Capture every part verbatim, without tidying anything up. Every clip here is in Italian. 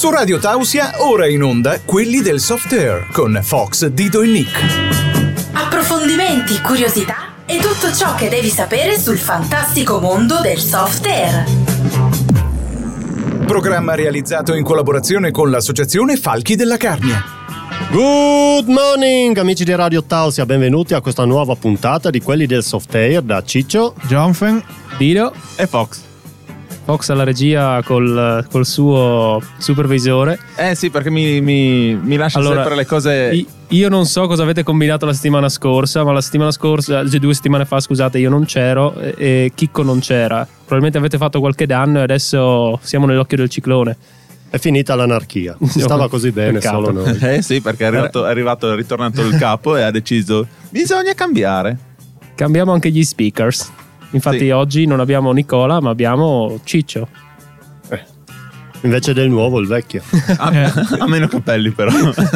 Su Radio Tausia, ora in onda Quelli del Soft Air con Fox, Dido e Nick. Approfondimenti, curiosità e tutto ciò che devi sapere sul fantastico mondo del soft air. Programma realizzato in collaborazione con l'associazione Falchi della Carnia. Good morning amici di Radio Tausia, benvenuti a questa nuova puntata di Quelli del Soft Air da Ciccio, Jonfen, Dido e Fox. Fox alla regia col, col suo supervisore. Eh sì, perché mi, mi, mi lascia allora, sempre le cose. Io non so cosa avete combinato la settimana scorsa, ma la settimana scorsa, cioè due settimane fa, scusate, io non c'ero e, e Chicco non c'era. Probabilmente avete fatto qualche danno e adesso siamo nell'occhio del ciclone. È finita l'anarchia. Si stava così bene. Peccato. Solo noi. Eh sì, perché è arrivato, è arrivato, è ritornato il capo e ha deciso bisogna cambiare. Cambiamo anche gli speakers. Infatti sì. Oggi non abbiamo Nicola, ma abbiamo Ciccio. Eh. Invece del nuovo, il vecchio. Ha, ha meno capelli però.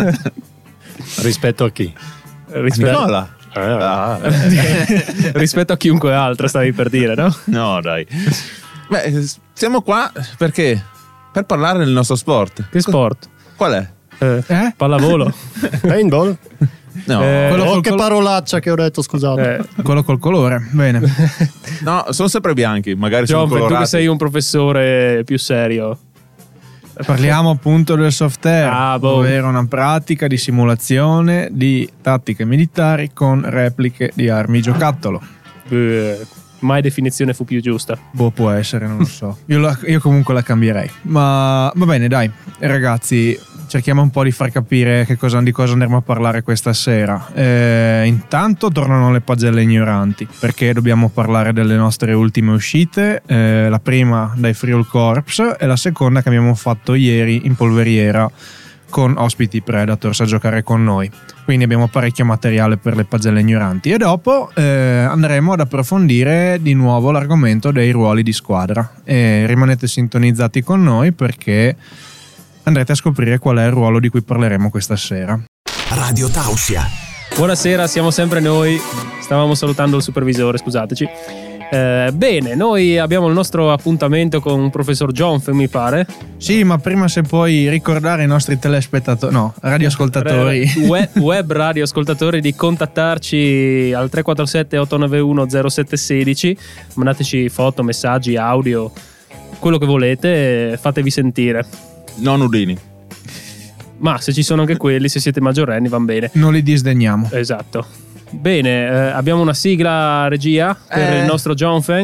Rispetto a chi? Rispetto a Nicola. Ah. Ah. Rispetto a chiunque altro, stavi per dire, no? No, dai. Beh, siamo qua perché? Per parlare del nostro sport. Che sport? Qual è? Eh? eh? Pallavolo. Paintball? No, eh, quello oh, col che col... parolaccia che ho detto, scusate. Eh. Quello col colore, bene. No, sono sempre bianchi, magari John, sono colorati. Tu che sei un professore più serio. Parliamo appunto del soft air, ah, boh. ovvero una pratica di simulazione di tattiche militari con repliche di armi giocattolo. Beh, mai definizione fu più giusta. Boh, può essere, non lo so. Io, la, io comunque la cambierei. Ma va bene, dai, ragazzi, cerchiamo un po' di far capire che cosa, di cosa andremo a parlare questa sera. Eh, intanto tornano le pagelle ignoranti, perché dobbiamo parlare delle nostre ultime uscite. Eh, la prima dai Friul Corps e la seconda che abbiamo fatto ieri in polveriera con ospiti Predators a giocare con noi. Quindi abbiamo parecchio materiale per le pagelle ignoranti e dopo eh, andremo ad approfondire di nuovo l'argomento dei ruoli di squadra. E rimanete sintonizzati con noi perché andrete a scoprire qual è il ruolo di cui parleremo questa sera. Radio Tausia. Buonasera, siamo sempre noi. Stavamo salutando il supervisore, scusateci. Eh, bene, noi abbiamo il nostro appuntamento con il professor Jonfen, mi pare. Sì, ma prima se puoi ricordare ai nostri telespettatori, no, radioascoltatori, web, web radioascoltatori di contattarci al tre quattro sette otto nove uno zero sette uno sei. Mandateci foto, messaggi, audio, quello che volete, fatevi sentire. Non udini. Ma se ci sono anche quelli, se siete maggiorenni, van bene. Non li disdegniamo. Esatto. Bene, eh, abbiamo una sigla regia per eh. il nostro Jonfen.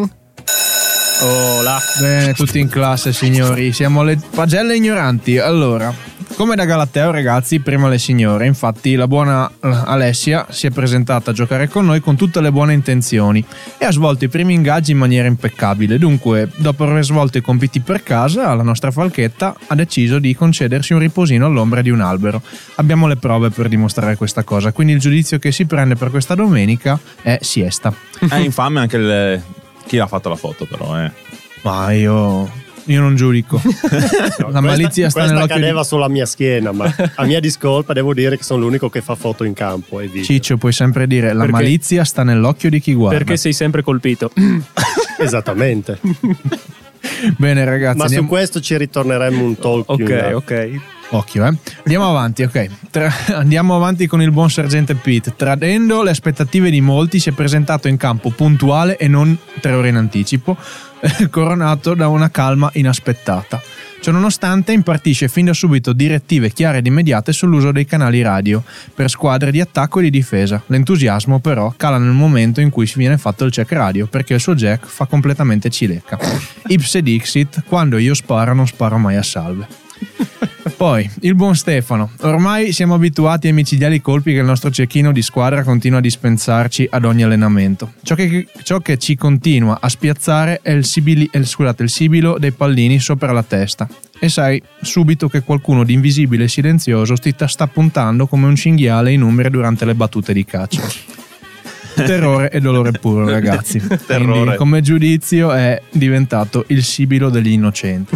Oh là. Bene, tutti in classe signori. Siamo alle pagelle ignoranti. Allora, come da Galateo ragazzi, prima le signore. Infatti la buona Alessia si è presentata a giocare con noi con tutte le buone intenzioni e ha svolto i primi ingaggi in maniera impeccabile. Dunque, dopo aver svolto i compiti per casa, la nostra falchetta ha deciso di concedersi un riposino all'ombra di un albero. Abbiamo le prove per dimostrare questa cosa, quindi il giudizio che si prende per questa domenica è siesta. È infame anche il, chi ha fatto la foto però, eh. Ma io... Io non giudico. No, la malizia questa, sta questa cadeva di... sulla mia schiena, ma a mia discolpa devo dire che sono l'unico che fa foto in campo e video. Ciccio, puoi sempre dire la perché? Malizia sta nell'occhio di chi guarda. Perché sei sempre colpito. Esattamente. Bene ragazzi, ma andiamo... su questo ci ritorneremo un talk. Ok, più ok. Occhio, eh. Andiamo avanti, ok. Tra... Andiamo avanti con il buon sergente Pete. Tradendo le aspettative di molti, si è presentato in campo puntuale e non tre ore in anticipo, coronato da una calma inaspettata. Ciononostante impartisce fin da subito direttive chiare ed immediate sull'uso dei canali radio per squadre di attacco e di difesa. L'entusiasmo però cala nel momento in cui si viene fatto il check radio, perché il suo jack fa completamente cilecca. Ipse dixit, quando io sparo non sparo mai a salve. Poi il buon Stefano. Ormai siamo abituati ai micidiali colpi che il nostro cecchino di squadra continua a dispensarci ad ogni allenamento. Ciò che, ciò che ci continua a spiazzare è il, sibili, il, scusate, il sibilo dei pallini sopra la testa. E sai subito che qualcuno di invisibile e silenzioso ti sta puntando come un cinghiale in umbre durante le battute di caccia. Terrore e dolore puro, ragazzi. Quindi, come giudizio è diventato il sibilo degli innocenti.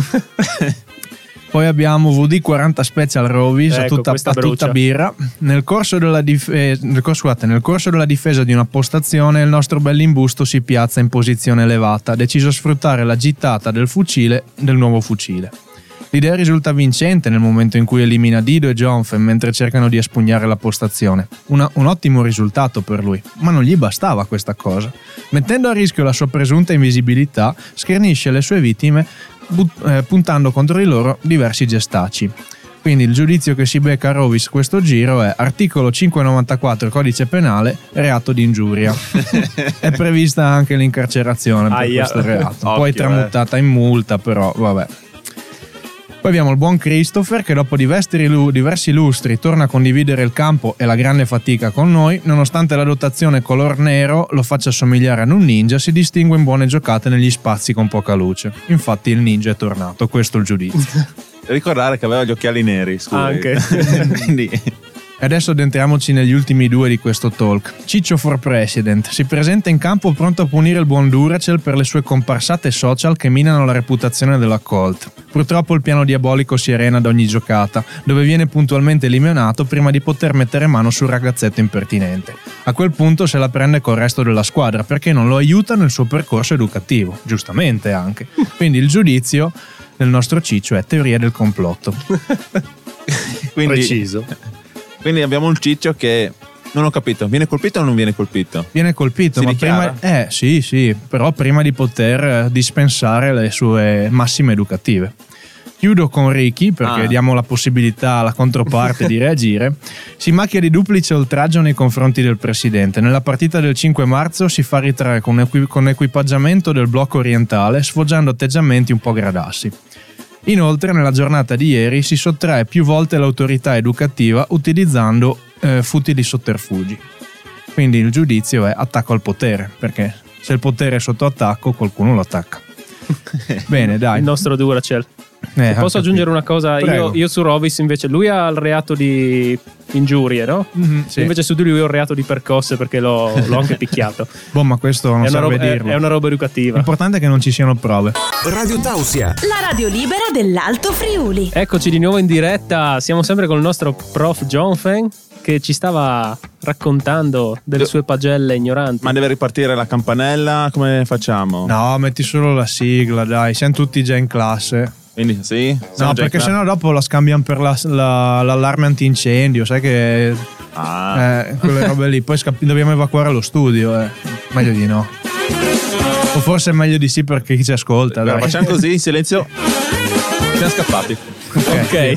Poi abbiamo V D quaranta Special Rovis, ecco, a tutta, a tutta birra. Nel corso, della dif- nel, corso, scusate, nel corso della difesa di una postazione il nostro bell'imbusto si piazza in posizione elevata, deciso a sfruttare la gittata del fucile del nuovo fucile. L'idea risulta vincente nel momento in cui elimina Dido e Jonfen mentre cercano di espugnare la postazione. Una, un ottimo risultato per lui, ma non gli bastava questa cosa. Mettendo a rischio la sua presunta invisibilità, schernisce le sue vittime but, eh, puntando contro di loro diversi gestaci. Quindi il giudizio che si becca a Rovis questo giro è articolo cinquecentonovantaquattro codice penale, reato di ingiuria. È prevista anche l'incarcerazione per Aia. questo reato, Occhio, poi tramutata in multa, però vabbè. Poi abbiamo il buon Christopher che dopo diversi lustri torna a condividere il campo e la grande fatica con noi. Nonostante la dotazione color nero lo faccia somigliare ad un ninja, si distingue in buone giocate negli spazi con poca luce. Infatti il ninja è tornato, questo è il giudizio. Ricordare che aveva gli occhiali neri, scusa. Anche. Quindi... E adesso addentriamoci negli ultimi due di questo talk. Ciccio for President si presenta in campo pronto a punire il buon Duracell per le sue comparsate social che minano la reputazione della Colt. Purtroppo il piano diabolico si arena ad ogni giocata, dove viene puntualmente eliminato prima di poter mettere mano sul ragazzetto impertinente. A quel punto se la prende col resto della squadra perché non lo aiuta nel suo percorso educativo, giustamente anche. Quindi il giudizio del nostro Ciccio è teoria del complotto. Quindi... Preciso. Quindi abbiamo un Ciccio che non ho capito, viene colpito o non viene colpito? Viene colpito, Si ma dichiara? prima eh sì, sì, però prima di poter eh, dispensare le sue massime educative. Chiudo con Ricky perché Ah. diamo la possibilità alla controparte di reagire. Si macchia di duplice oltraggio nei confronti del presidente. Nella partita del cinque marzo si fa ritrarre con, equi- con equipaggiamento del blocco orientale, sfoggiando atteggiamenti un po' gradassi. Inoltre, nella giornata di ieri si sottrae più volte l'autorità educativa utilizzando eh, futili sotterfugi. Quindi il giudizio è attacco al potere, perché se il potere è sotto attacco qualcuno lo attacca. Bene, dai. Il nostro Duracell. Eh, Posso ho aggiungere una cosa? Prego. Io, io su Rovis invece, lui ha il reato di ingiurie, no? Mhm, sì. Invece su di lui ho il reato di percosse perché l'ho, l'ho anche picchiato. Boh, ma questo non È una, serve roba, è, dirlo. è una roba educativa. L'importante è che non ci siano prove. Radio Tausia. La radio libera dell'Alto Friuli. Eccoci di nuovo in diretta. Siamo sempre con il nostro prof Jonfen che ci stava raccontando delle sue pagelle ignoranti. Ma deve ripartire la campanella? Come facciamo? No, metti solo la sigla, dai, siamo tutti già in classe. Quindi sì? No, Siamo già perché in cla- sennò dopo la scambiano per la- la- l'allarme antincendio, sai che Ah. eh, quelle robe lì. Poi scapp- dobbiamo evacuare lo studio, eh. Meglio di no. O forse è meglio di sì perché chi ci ascolta, Allora, dai. facciamo così in silenzio. Siamo scappati. Ok.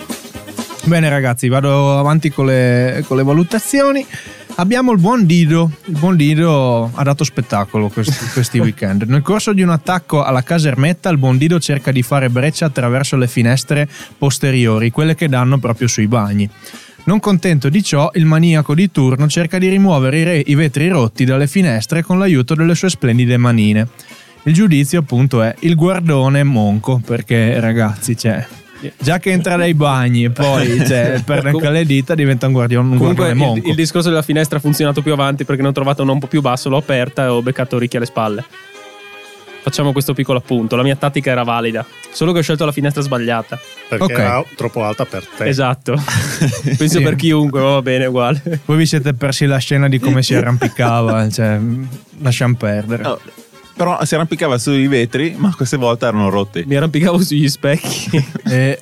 Bene ragazzi, vado avanti con le, con le valutazioni. Abbiamo il buon Dido. Il buon Dido ha dato spettacolo questi, questi weekend. Nel corso di un attacco alla casermetta, il buon Dido cerca di fare breccia attraverso le finestre posteriori, quelle che danno proprio sui bagni. Non contento di ciò, il maniaco di turno cerca di rimuovere i, re- i vetri rotti dalle finestre con l'aiuto delle sue splendide manine. Il giudizio appunto è il guardone monco, perché ragazzi, cioè, già che entra dai bagni e poi cioè, perde anche le dita, diventa un, guardione, un Comunque guardone il, monco. il discorso della finestra ha funzionato più avanti perché ne ho trovato una un po' più basso, l'ho aperta e ho beccato Ricky alle spalle. Facciamo questo piccolo appunto. La mia tattica era valida, solo che ho scelto la finestra sbagliata. Perché Ok. era troppo alta per te. Esatto. Penso Sì. per chiunque, ma va bene, uguale. Poi vi siete persi la scena di come si arrampicava, cioè, lasciamo perdere. No, però si arrampicava sui vetri, ma queste volte erano rotti. Mi arrampicavo sugli specchi. E...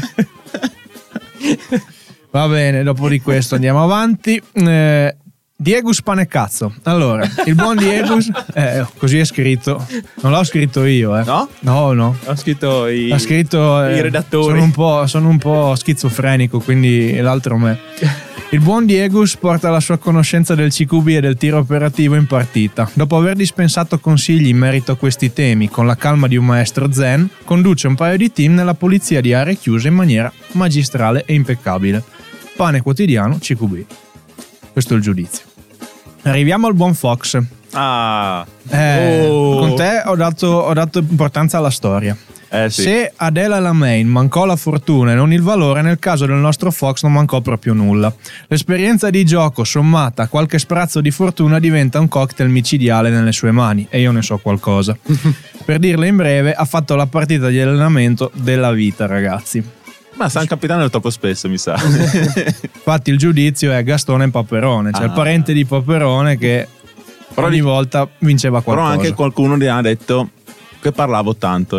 Va bene, dopo di questo andiamo avanti. Eh, Diegus Panecazzo. Allora, il buon Diegus, eh, così è scritto. Non l'ho scritto io, eh. No? No, no. Ho scritto i, Ha scritto eh, i redattori. Sono un po', sono un po' schizofrenico, quindi l'altro me. Il buon Diegus porta la sua conoscenza del C Q B e del tiro operativo in partita. Dopo aver dispensato consigli in merito a questi temi con la calma di un maestro zen, conduce un paio di team nella polizia di aree chiuse in maniera magistrale e impeccabile. Pane quotidiano C Q B. Questo è il giudizio. Arriviamo al buon Fox. Ah, Eh, Oh. Con te ho dato, ho dato importanza alla storia. eh sì. Se Adela Lamein mancò la fortuna e non il valore, nel caso del nostro Fox non mancò proprio nulla. L'esperienza di gioco sommata a qualche sprazzo di fortuna diventa un cocktail micidiale nelle sue mani, e io ne so qualcosa. Per dirla in breve, ha fatto la partita di allenamento della vita, ragazzi. Ma San Capitano è troppo spesso, mi sa. Infatti il giudizio è Gastone Paperone, cioè Ah. il parente di Paperone che Però ogni di- volta vinceva Però qualcosa. anche qualcuno gli ha detto che parlavo tanto, no?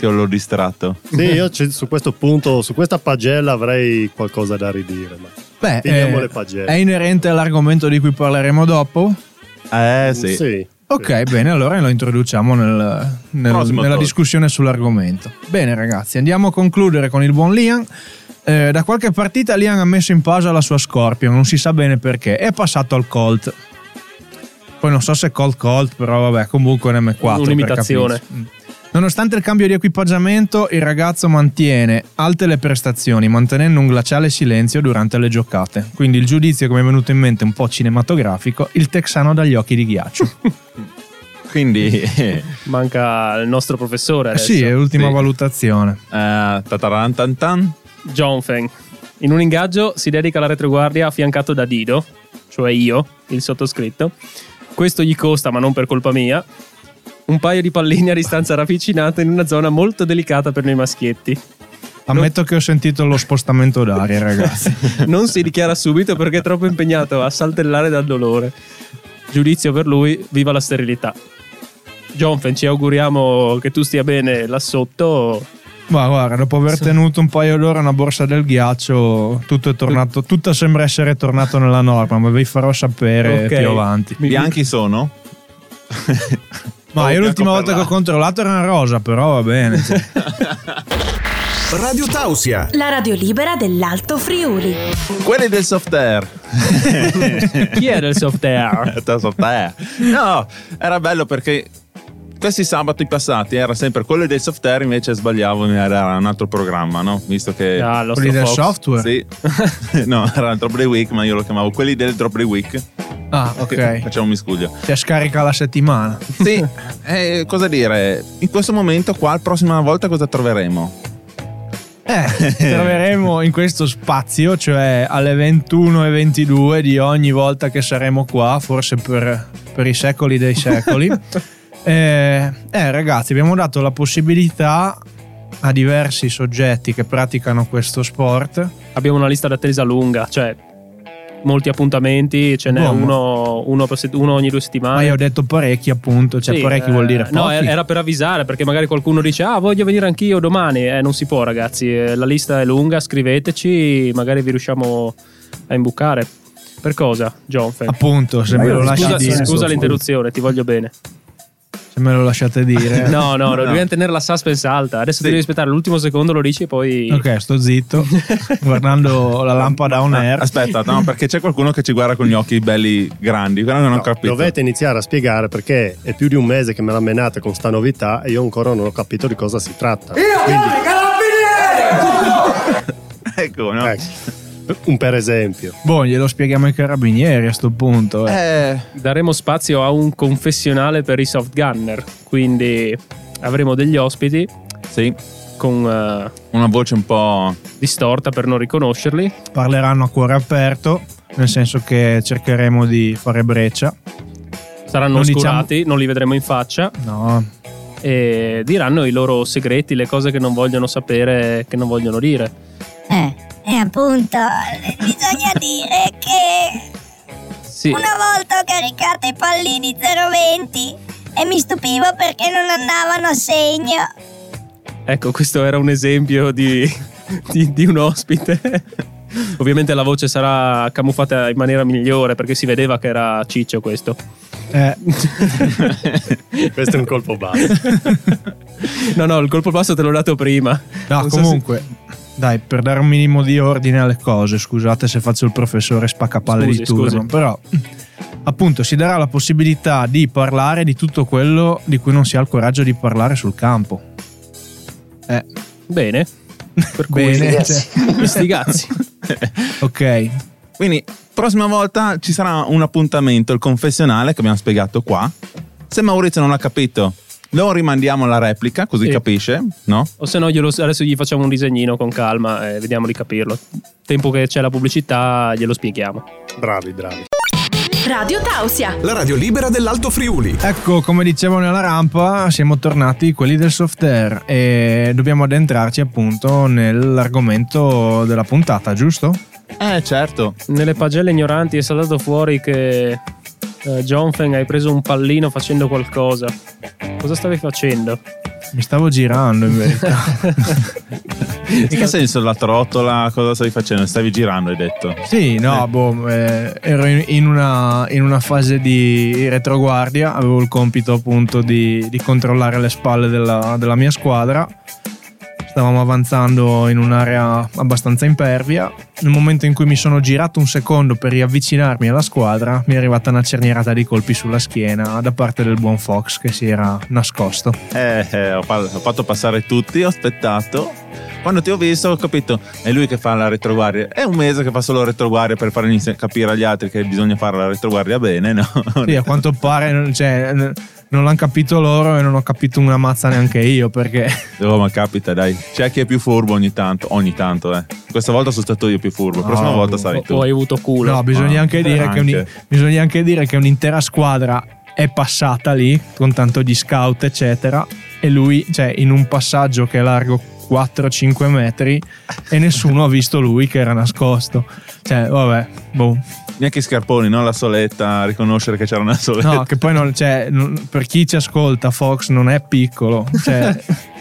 che l'ho distratto. Sì, io c- su questo punto, su questa pagella avrei qualcosa da ridire. Ma Beh, finiamo eh, le pagelle. è inerente all'argomento di cui parleremo dopo? Eh sì. Sì. Ok, bene, allora lo introduciamo nel- nel- Prossimo nella talk. discussione sull'argomento. Bene ragazzi, andiamo a concludere con il buon Liam. Eh, da qualche partita Liam ha messo in pausa la sua Scorpion, non si sa bene perché, è passato al Colt. Poi non so se Colt Colt, però vabbè, comunque un M quattro. per Un'imitazione. capirsi. Mm. Nonostante il cambio di equipaggiamento, il ragazzo mantiene alte le prestazioni, mantenendo un glaciale silenzio durante le giocate. Quindi il giudizio che mi è venuto in mente un po' cinematografico, il texano dagli occhi di ghiaccio. Quindi eh, Manca il nostro professore adesso. Sì, è l'ultima Sì. valutazione. tatarantantan. John Feng. In un ingaggio si dedica alla retroguardia affiancato da Dido, cioè io, il sottoscritto. Questo gli costa, ma non per colpa mia, un paio di pallini a distanza ravvicinata in una zona molto delicata per noi maschietti. Ammetto che ho sentito lo spostamento d'aria, ragazzi. Non si dichiara subito perché è troppo impegnato a saltellare dal dolore. Giudizio per lui, viva la sterilità. John Feng, ci auguriamo che tu stia bene là sotto. Ma guarda, dopo aver tenuto un paio d'ore una borsa del ghiaccio, tutto è tornato, tutto sembra essere tornato nella norma, ma vi farò sapere Ok. più avanti. Mi- Bianchi sono? Ma Oh, io l'ultima bianco volta per che ho là. controllato era rosa, però va bene. cioè. Radio Tausia. La radio libera dell'Alto Friuli. Quelli del soft air. Chi è del soft air? Del soft air. No, era bello perché questi sabati passati era sempre quelli del soft air, invece sbagliavo, era un altro programma, no? Visto che Ah, lo Quelli del Fox. software? sì. No, era il Drop Day Week, ma io lo chiamavo quelli del Drop Day Week. Ah, ok. Facciamo un miscuglio. Ti scarica la settimana. Sì, eh, cosa dire? In questo momento qua, la prossima volta cosa troveremo? Eh, troveremo in questo spazio, cioè alle ventuno e ventidue di ogni volta che saremo qua, forse per, per i secoli dei secoli. eh, eh, ragazzi, abbiamo dato la possibilità a diversi soggetti che praticano questo sport. Abbiamo una lista d'attesa lunga, cioè molti appuntamenti, ce n'è Buono. uno, uno, per set- uno ogni due settimane. Ma io ho detto parecchi, appunto, cioè Sì, parecchi eh, vuol dire pochi. no, era per avvisare, perché magari qualcuno dice ah, voglio venire anch'io domani. Eh, non si può, ragazzi, eh, la lista è lunga, scriveteci, magari vi riusciamo a imbucare. Per cosa, John Feng? Appunto, se Ma me io lo lasci Scusa, dire, scusa l'interruzione, ti voglio bene. se me lo lasciate dire. No, no, no, No. dobbiamo tenere la suspense alta. Adesso Sì. devi aspettare l'ultimo secondo, lo dici e poi. Ok, sto zitto, guardando la lampada on air. Aspetta, no, perché c'è qualcuno che ci guarda con gli occhi belli grandi, quello non ho No, capito. dovete iniziare a spiegare perché è più di un mese che me la menate con sta novità e io ancora non ho capito di cosa si tratta. Quindi, Ecco, no? ecco, un per esempio. Boh, glielo spieghiamo ai carabinieri a sto punto. eh. Eh, Daremo spazio a un confessionale per i soft gunner. Quindi avremo degli ospiti sì, con eh, una voce un po'... distorta per non riconoscerli. Parleranno a cuore aperto, nel senso che cercheremo di fare breccia. Saranno Non oscurati, non li vedremo in faccia. No, E diranno i loro segreti, le cose che non vogliono sapere, che non vogliono dire. Eh, e appunto, bisogna dire che Sì, una volta ho caricato i pallini zero venti e mi stupivo perché non andavano a segno. ecco, questo era un esempio di, di, di un ospite. Ovviamente la voce sarà camuffata in maniera migliore perché si vedeva che era ciccio questo. eh, Questo è un colpo basso. No, no, il colpo basso te l'ho dato prima. no Non so se- comunque, dai, per dare un minimo di ordine alle cose, scusate se faccio il professore spaccapalle Scusi, di turno, scusi. però appunto si darà la possibilità di parlare di tutto quello di cui non si ha il coraggio di parlare sul campo. Eh, Bene. Per cui bene, cioè, sti cazzi. ok. Quindi, prossima volta ci sarà un appuntamento, il confessionale che abbiamo spiegato qua. Se Maurizio non l'ha capito, lo rimandiamo alla replica, così Sì. capisce, no? O se no glielo- adesso gli facciamo un disegnino con calma e vediamo di capirlo. Tempo che c'è la pubblicità glielo spieghiamo. Bravi, bravi. Radio Tausia. La radio libera dell'Alto Friuli. Ecco, come dicevo nella rampa, siamo tornati quelli del soft air e dobbiamo addentrarci appunto nell'argomento della puntata, giusto? Eh, certo. Nelle pagelle ignoranti è saltato fuori che eh, John Feng hai preso un pallino facendo qualcosa. Cosa stavi facendo? Mi stavo girando in verità. In che senso la trottola? Cosa stavi facendo? Stavi girando, hai detto? Sì, no, boh, eh, ero in, in, una, in una fase di retroguardia, avevo il compito appunto di, di controllare le spalle della, della mia squadra. Stavamo avanzando in un'area abbastanza impervia. Nel momento in cui mi sono girato un secondo per riavvicinarmi alla squadra, mi è arrivata una cernierata di colpi sulla schiena da parte del buon Fox che si era nascosto. Eh, eh ho, fa- ho fatto passare tutti, ho aspettato. Quando ti ho visto ho capito, è lui che fa la retroguardia. È un mese che fa solo retroguardia per far inizi- capire agli altri che bisogna fare la retroguardia bene, no? Sì, a quanto pare, cioè, non l'hanno capito loro e non ho capito una mazza neanche io, perché... Oh, ma capita, dai. C'è chi è più furbo ogni tanto, ogni tanto, eh. Questa volta sono stato io più furbo, la prossima No, volta sarai tu. O hai avuto culo? No, bisogna, Ah, anche dire anche. che un- bisogna anche dire che un'intera squadra è passata lì, con tanto di scout, eccetera, e lui, cioè, in un passaggio che è largo quattro cinque metri e nessuno ha visto lui che era nascosto. Cioè, vabbè, boh. Neanche i scarponi, no? La soletta, a riconoscere che c'era una soletta. No, che poi non, cioè, non- per chi ci ascolta, Fox non è piccolo. Cioè,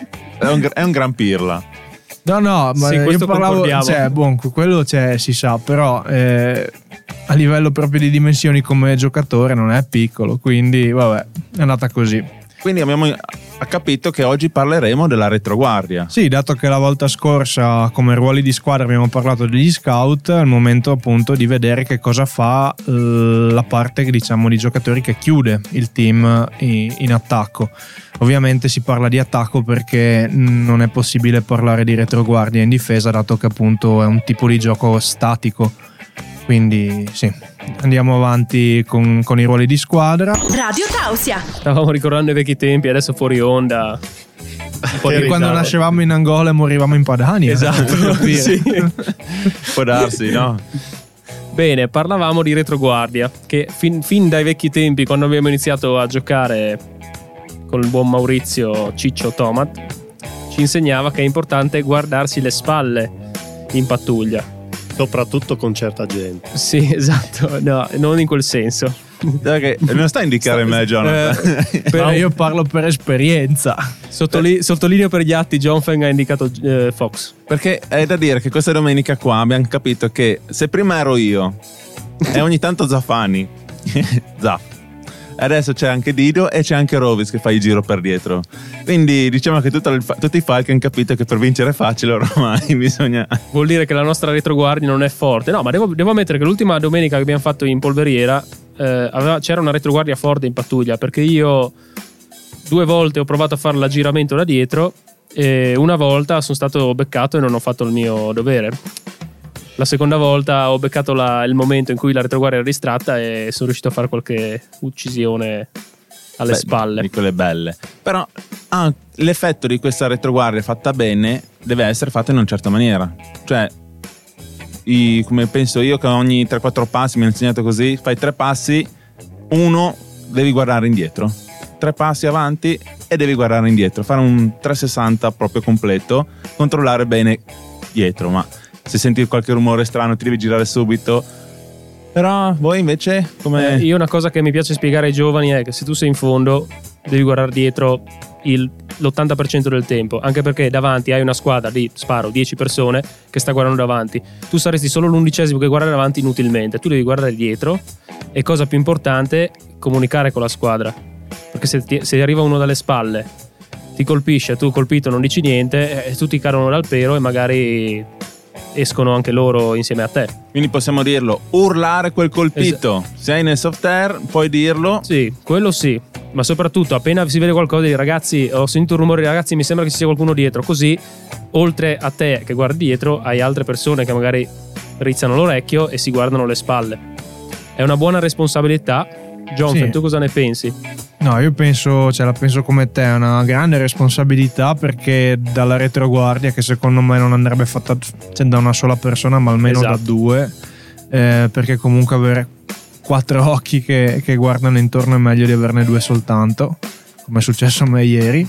È un, gr- è un gran pirla. no, no, ma Sì, io questo parlavo, concordiamo. cioè, buon, quello cioè, si sa, però eh, a livello proprio di dimensioni come giocatore non è piccolo, quindi vabbè, è andata così. Quindi abbiamo ha capito che oggi parleremo della retroguardia. Sì, dato che la volta scorsa come ruoli di squadra abbiamo parlato degli scout, è il momento appunto di vedere che cosa fa eh, la parte, diciamo, di giocatori che chiude il team in, in attacco. Ovviamente si parla di attacco perché non è possibile parlare di retroguardia in difesa, dato che appunto è un tipo di gioco statico. Quindi sì, andiamo avanti con, con i ruoli di squadra. Radio Tausia. Stavamo ricordando i vecchi tempi, adesso fuori onda. Un po' E di quando ritardo. nascevamo in Angola e morivamo in Padania. Esatto, per capire. sì. Può darsi, no? Bene, parlavamo di retroguardia, che fin, fin dai vecchi tempi, quando abbiamo iniziato a giocare con il buon Maurizio Ciccio Tomat, ci insegnava che è importante guardarsi le spalle in pattuglia. Soprattutto con certa gente. Sì, esatto, no, non in quel senso. Dai che non sta a indicare me, Jonathan. Eh, Però io parlo per esperienza. Sottoli- sottolineo per gli atti, John Feng ha indicato eh, Fox. Perché è da dire che questa domenica qua abbiamo capito che se prima ero io e ogni tanto Zaffani, Zaff, adesso c'è anche Dido e c'è anche Rovis che fa il giro per dietro. Quindi diciamo che tutto il fa- tutti i Falchi hanno capito che per vincere è facile ormai bisogna... Vuol dire che la nostra retroguardia non è forte. No, ma devo, devo ammettere che l'ultima domenica che abbiamo fatto in polveriera eh, aveva- c'era una retroguardia forte in pattuglia, perché io due volte ho provato a fare l'aggiramento da dietro e una volta sono stato beccato e non ho fatto il mio dovere. La seconda volta ho beccato la- il momento in cui la retroguardia era distratta e sono riuscito a fare qualche uccisione alle Beh, spalle. di quelle belle. Però ah, l'effetto di questa retroguardia fatta bene deve essere fatta in una certa maniera. Cioè, i- come penso io, che ogni tre quattro passi mi hanno insegnato così, fai tre passi, uno devi guardare indietro, tre passi avanti e devi guardare indietro, fare un trecentosessanta proprio completo, controllare bene dietro, ma se senti qualche rumore strano ti devi girare subito. Però voi invece come... Eh, io una cosa che mi piace spiegare ai giovani è che se tu sei in fondo devi guardare dietro il, l'ottanta per cento del tempo, anche perché davanti hai una squadra di, sparo, dieci persone che sta guardando davanti. Tu saresti solo l'undicesimo che guarda davanti inutilmente. Tu devi guardare dietro e, cosa più importante, comunicare con la squadra, perché se, ti, se arriva uno dalle spalle, ti colpisce, tu colpito non dici niente, e tutti cadono dal pero e magari escono anche loro insieme a te. Quindi possiamo dirlo, urlare quel colpito. Se sei nel soft air puoi dirlo. Sì, quello sì, ma soprattutto appena si vede qualcosa di ragazzi, ho sentito un rumore di ragazzi, mi sembra che ci sia qualcuno dietro, così oltre a te che guardi dietro hai altre persone che magari rizzano l'orecchio e si guardano le spalle. È una buona responsabilità. John, Sì. tu cosa ne pensi? No, io penso, cioè la penso come te, è una grande responsabilità, perché dalla retroguardia, che secondo me non andrebbe fatta, cioè, da una sola persona, ma almeno Esatto. da due, eh, perché comunque avere quattro occhi che, che guardano intorno è meglio di averne due soltanto, come è successo a me ieri.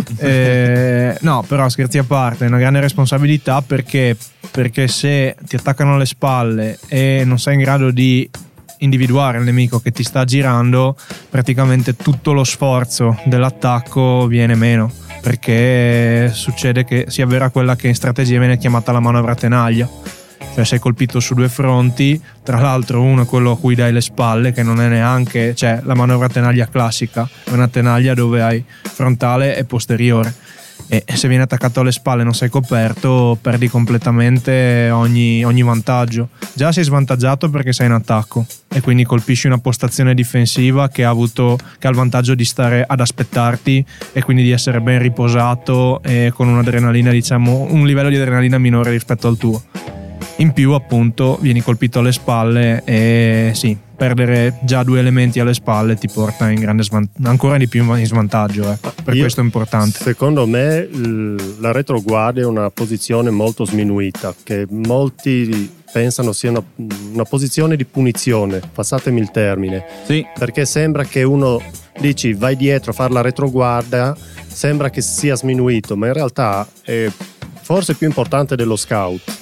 eh, no, però scherzi a parte, è una grande responsabilità, perché, perché se ti attaccano alle spalle e non sei in grado di individuare il nemico che ti sta girando, praticamente tutto lo sforzo dell'attacco viene meno, perché succede che si avvera quella che in strategia viene chiamata la manovra tenaglia. Cioè sei colpito su due fronti, tra l'altro uno è quello a cui dai le spalle, che non è neanche, cioè la manovra tenaglia classica, è una tenaglia dove hai frontale e posteriore, e se vieni attaccato alle spalle e non sei coperto perdi completamente ogni, ogni vantaggio. Già sei svantaggiato perché sei in attacco e quindi colpisci una postazione difensiva che ha avuto che ha il vantaggio di stare ad aspettarti e quindi di essere ben riposato e con un'adrenalina, diciamo un livello di adrenalina minore rispetto al tuo. In più appunto vieni colpito alle spalle e sì, perdere già due elementi alle spalle ti porta in grande svant- ancora di più in svantaggio, eh. Per Io, questo è importante. Secondo me l- la retroguardia è una posizione molto sminuita, che molti pensano sia una, una posizione di punizione, passatemi il termine, Sì, perché sembra che uno dici vai dietro a fare la retroguardia, sembra che sia sminuito, ma in realtà è forse più importante dello scout.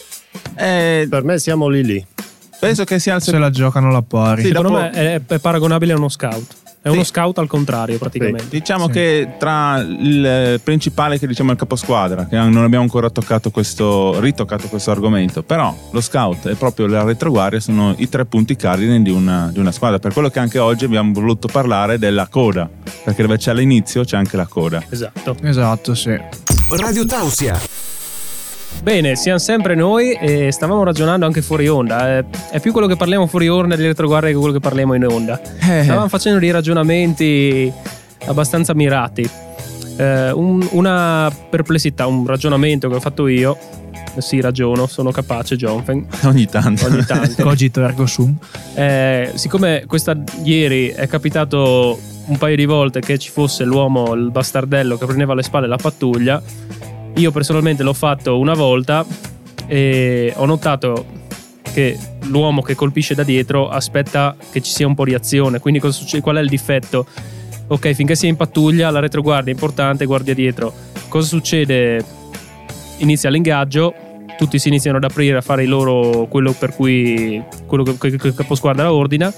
eh, Per me siamo lì lì. penso che sia il Se la giocano alla pari. Sì, Secondo dopo- me è, è paragonabile a uno scout. È Sì. uno scout al contrario, praticamente. Diciamo Sì. che tra il principale che diciamo il caposquadra, che non abbiamo ancora toccato questo, ritoccato questo argomento, però lo scout e proprio la retroguardia sono i tre punti cardine di una, di una squadra. Per quello che anche oggi abbiamo voluto parlare della coda, perché dove c'è l'inizio c'è anche la coda. Esatto. Esatto, sì. Radio Tausia. Bene, siamo sempre noi e stavamo ragionando anche fuori onda. È, è più quello che parliamo fuori onda di retroguardia che quello che parliamo in onda. Stavamo facendo dei ragionamenti abbastanza mirati. Eh, un- una perplessità, un ragionamento che ho fatto io. Sì, ragiono, sono capace, Jonfen. Ogni tanto. Ogni tanto. Cogito ergo sum. Eh, siccome questa ieri è capitato un paio di volte che ci fosse l'uomo, il bastardello che prendeva alle spalle la pattuglia, io personalmente l'ho fatto una volta e ho notato che l'uomo che colpisce da dietro aspetta che ci sia un po' di azione. Quindi cosa succede? Qual è il difetto? Ok, finché sei in pattuglia la retroguardia è importante, guardia dietro. Cosa succede? Inizia l'ingaggio, tutti si iniziano ad aprire a fare il loro quello per cui quello che, che, che il caposquadra ordina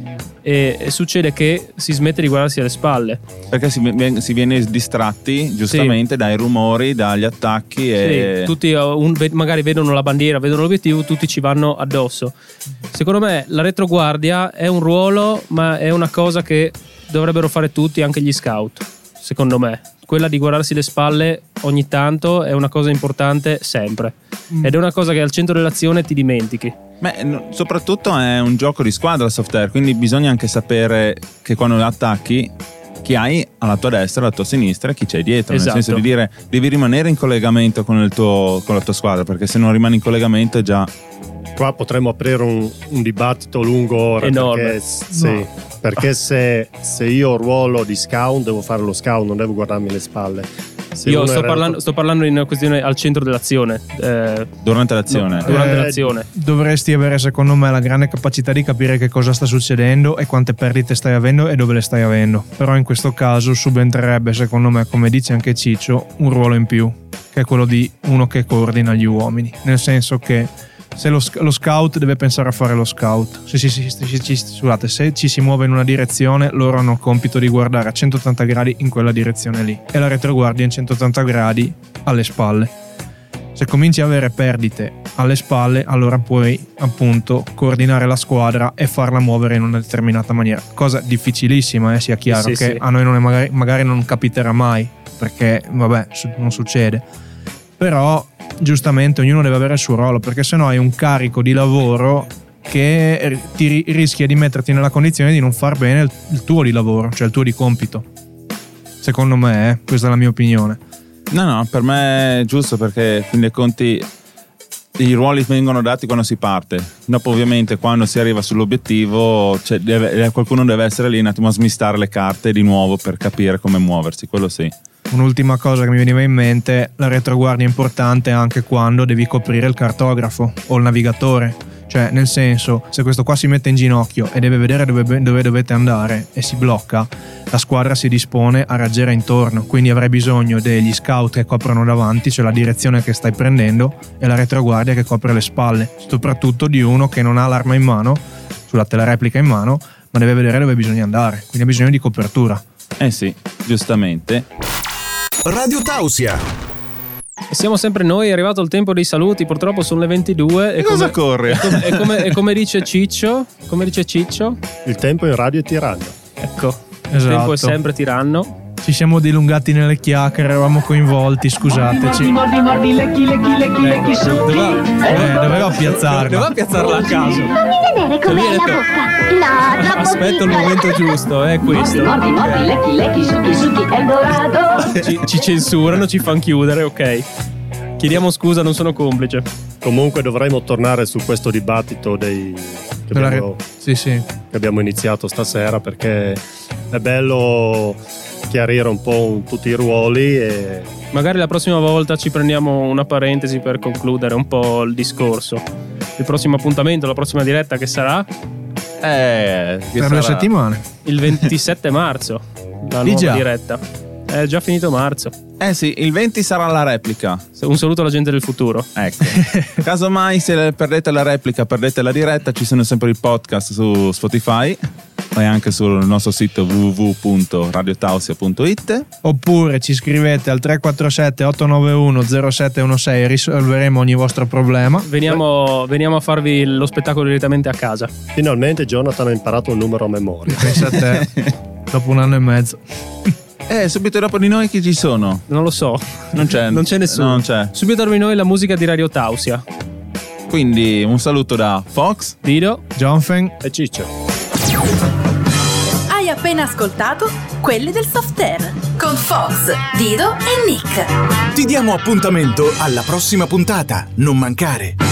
e, e succede che si smette di guardarsi alle spalle. Perché si, si viene distratti giustamente dai rumori, dagli attacchi e Sì, tutti uh, un- ve- magari vedono la bandiera, vedono l'obiettivo, tutti ci vanno addosso. Secondo me la retroguardia è un ruolo, ma è una cosa che dovrebbero fare tutti, anche gli scout. Secondo me quella di guardarsi le spalle ogni tanto è una cosa importante sempre, ed è una cosa che al centro dell'azione ti dimentichi. Beh, no- soprattutto è un gioco di squadra software, quindi bisogna anche sapere che quando attacchi chi hai alla tua destra, alla tua sinistra e chi c'hai dietro, Esatto. nel senso di dire devi rimanere in collegamento con, il tuo, con la tua squadra, perché se non rimani in collegamento è già Qua potremmo aprire un, un dibattito lungo ora. Enorme. Perché, sì, perché se, se io ho ruolo di scout devo fare lo scout, non devo guardarmi le spalle. Se Io uno sto è parlando, sto parlando in una questione al centro dell'azione, eh, durante l'azione. no, durante Eh, l'azione. Dovresti avere secondo me la grande capacità di capire che cosa sta succedendo e quante perdite stai avendo e dove le stai avendo. Però in questo caso subentrerebbe secondo me, come dice anche Ciccio, un ruolo in più, che è quello di uno che coordina gli uomini. Nel senso che se lo, sc- lo scout deve pensare a fare lo scout, se, si, si, si, si- scusate, se ci si muove in una direzione, loro hanno il compito di guardare a centottanta gradi in quella direzione lì e la retroguardia in centottanta gradi alle spalle. Se cominci a avere perdite alle spalle, allora puoi appunto coordinare la squadra e farla muovere in una determinata maniera, cosa difficilissima, eh, sia chiaro, Sì, che sì. a noi non è magari, magari non capiterà mai, perché vabbè, su- non succede. Però giustamente ognuno deve avere il suo ruolo, perché sennò hai un carico di lavoro che ti ri- rischia di metterti nella condizione di non far bene il, il tuo di lavoro, cioè il tuo di compito. Secondo me, eh, questa è la mia opinione. No, no, per me è giusto, perché in fin dei conti i ruoli vengono dati quando si parte. Dopo ovviamente quando si arriva sull'obiettivo cioè, deve- qualcuno deve essere lì un attimo a smistare le carte di nuovo per capire come muoversi, quello sì. Un'ultima cosa che mi veniva in mente, la retroguardia è importante anche quando devi coprire il cartografo o il navigatore. Cioè, nel senso, se questo qua si mette in ginocchio e deve vedere dove, dove dovete andare e si blocca, la squadra si dispone a raggere intorno, quindi avrai bisogno degli scout che coprono davanti, cioè la direzione che stai prendendo, e la retroguardia che copre le spalle, soprattutto di uno che non ha l'arma in mano scusate, la replica in mano, ma deve vedere dove bisogna andare, quindi ha bisogno di copertura. Eh sì, giustamente. Radio Tausia. E siamo sempre noi, è arrivato il tempo dei saluti, purtroppo sono le ventidue. E cosa corre? E come, e, come, e come dice Ciccio, come dice Ciccio, Il tempo in radio è tiranno. ecco, il Esatto. tempo è sempre tiranno. Ci siamo dilungati nelle chiacchiere, eravamo coinvolti, scusateci. Mordi, mordi, lecchi, lecchi, lecchi, lecchi, succhi. Doveva, eh, doveva piazzarla. Doveva piazzarla a caso. Fammi vedere com'è Cioè, la viene- bocca. No, troppo Aspetta il piccola. momento giusto, è questo. Mordi, mordi, lecchi, lecchi, succhi, succhi, Eldorado. Ci, ci censurano, ci fanno chiudere, ok. Chiediamo scusa, non sono complice. Comunque dovremmo tornare su questo dibattito dei, che, Della re- abbiamo, Sì, sì. che abbiamo iniziato stasera, perché è bello chiarire un po' tutti i ruoli e Magari la prossima volta ci prendiamo una parentesi per concludere un po' il discorso. Il prossimo appuntamento, la prossima diretta che sarà Eh, che Per due sarà- settimane. il ventisette marzo, la Di nuova già. diretta. È già finito marzo. Eh sì, il venti sarà la replica. Un saluto alla gente del futuro. Ecco. Casomai se perdete la replica, perdete la diretta, ci sono sempre i podcast su Spotify e anche sul nostro sito w w w punto radio tausia punto it. Oppure ci scrivete al tre quattro sette otto nove uno zero sette uno sei e risolveremo ogni vostro problema. Veniamo, veniamo a farvi lo spettacolo direttamente a casa. finalmente Jonathan ha imparato un numero a memoria. Pensa a te, dopo un anno e mezzo. Eh, subito dopo di noi chi ci sono? Non lo so. Non c'è, Non c'è nessuno. Non c'è. Subito dopo di noi la musica di Radio Tausia. Quindi un saluto da Fox. Dido. Jonfen. E Ciccio. Hai appena ascoltato Quelli del Soft Air con Fox, Dido e Nick. Ti diamo appuntamento alla prossima puntata. Non mancare.